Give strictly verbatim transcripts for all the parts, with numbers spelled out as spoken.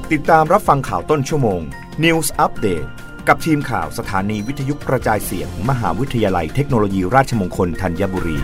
ติดตามรับฟังข่าวต้นชั่วโมง News Update กับทีมข่าวสถานีวิทยุกระจายเสียง มหาวิทยาลัยเทคโนโลยีราชมงคลธัญบุรี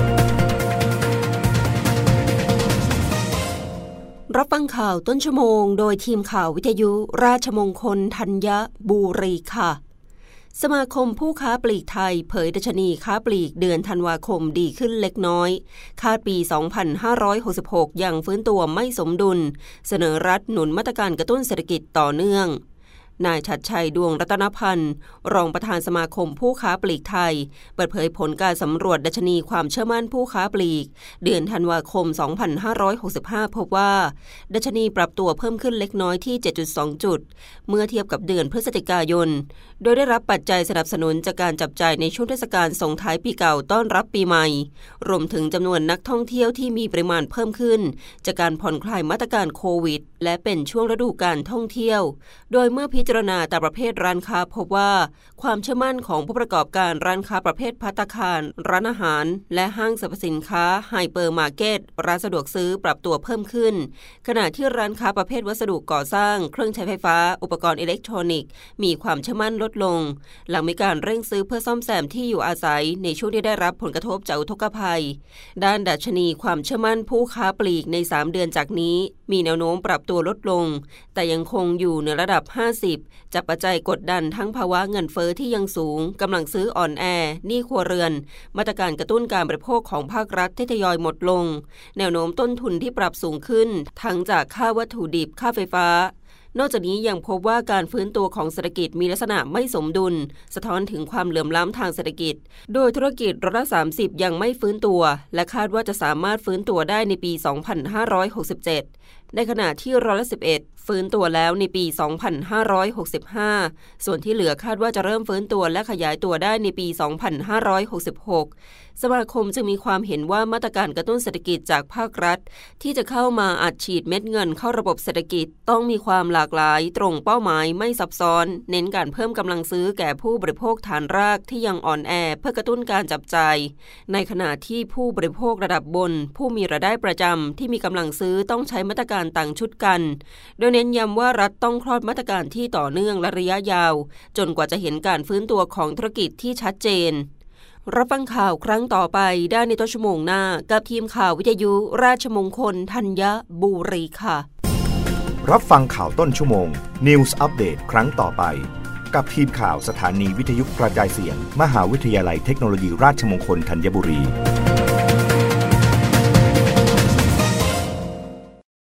รับฟังข่าวต้นชั่วโมงโดยทีมข่าววิทยุราชมงคลธัญบุรีค่ะสมาคมผู้ค้าปลีกไทยเผยดัชนีค้าปลีกเดือนธันวาคมดีขึ้นเล็กน้อยคาดปี สองพันห้าร้อยหกสิบหก ยังฟื้นตัวไม่สมดุลเสนอรัฐหนุนมาตรการกระตุ้นเศรษฐกิจต่อเนื่องนายชัดชัยดวงรัตนพันธ์รองประธานสมาคมผู้ค้าปลีกไทยเปิดเผยผลการสำรวจดัชนีความเชื่อมั่นผู้ค้าปลีกเดือนธันวาคม สองพันห้าร้อยหกสิบห้า พบว่าดัชนีปรับตัวเพิ่มขึ้นเล็กน้อยที่ เจ็ดจุดสอง จุดเมื่อเทียบกับเดือนพฤศจิกายนโดยได้รับปัจจัยสนับสนุนจากการจับจ่ายในช่วงเทศกาลส่งท้ายปีเก่าต้อนรับปีใหม่รวมถึงจำนวนนักท่องเที่ยวที่มีปริมาณเพิ่มขึ้นจากการผ่อนคลายมาตรการโควิดและเป็นช่วงฤดูการท่องเที่ยวโดยเมื่อพิจารณาตามประเภทร้านค้าพบว่าความเชื่อมั่นของผู้ประกอบการร้านค้าประเภทภัตตาคารร้านอาหารและห้างสรรพสินค้าไฮเปอร์มาร์เก็ตร้านสะดวกซื้อปรับตัวเพิ่มขึ้นขณะที่ร้านค้าประเภทวัสดุก่อสร้างเครื่องใช้ไฟฟ้าอุปกรณ์อิเล็กทรอนิกส์มีความเชื่อมั่นลดลงหลังมีการเร่งซื้อเพื่อซ่อมแซมที่อยู่อาศัยในช่วงที่ได้รับผลกระทบจากอุทกภัยด้านดัชนีความเชื่อมั่นผู้ค้าปลีกในสามเดือนจากนี้มีแนวโน้มปรับตัวลดลงแต่ยังคงอยู่ในระดับห้าสิบจากปัจจัยกดดันทั้งภาวะเงินเฟ้อที่ยังสูงกำลังซื้ออ่อนแอหนี้ครัวเรือนมาตรการกระตุ้นการบริโภคของภาครัฐที่ทยอยหมดลงแนวโน้มต้นทุนที่ปรับสูงขึ้นทั้งจากค่าวัตถุดิบค่าไฟฟ้านอกจากนี้ยังพบว่าการฟื้นตัวของเศรษฐกิจมีลักษณะไม่สมดุลสะท้อนถึงความเหลื่อมล้ำทางเศรษฐกิจโดยธุรกิจร้อยละสามสิบยังไม่ฟื้นตัวและคาดว่าจะสามารถฟื้นตัวได้ในปี สองพันห้าร้อยหกสิบเจ็ดในขณะที่ร้อยละสิบเอ็ดฟื้นตัวแล้วในปี สองพันห้าร้อยหกสิบห้าส่วนที่เหลือคาดว่าจะเริ่มฟื้นตัวและขยายตัวได้ในปี สองพันห้าร้อยหกสิบหกสมาคมจึงมีความเห็นว่ามาตรการกระตุ้นเศรษฐกิจจากภาครัฐที่จะเข้ามาอัดฉีดเม็ดเงินเข้าระบบเศรษฐกิจต้องมีความหลากหลายตรงเป้าหมายไม่ซับซ้อนเน้นการเพิ่มกำลังซื้อแก่ผู้บริโภคฐานรากที่ยังอ่อนแอเพื่อกระตุ้นการจับจ่ายในขณะที่ผู้บริโภคระดับบนผู้มีรายได้ประจำที่มีกำลังซื้อต้องใช้มาตรการต่างชุดกันโดยเน้นย้ำว่ารัฐต้องคลอดมาตรการที่ต่อเนื่องและระยะยาวจนกว่าจะเห็นการฟื้นตัวของธุรกิจที่ชัดเจนรับฟังข่าวครั้งต่อไปได้ในต้นชั่วโมงหน้ากับทีมข่าววิทยุราชมงคลธัญบุรีค่ะรับฟังข่าวต้นชั่วโมง News Update ครั้งต่อไปกับทีมข่าวสถานีวิทยุกระจายเสียง มหาวิทยาลัยเทคโนโลยีราชมงคลธัญบุรี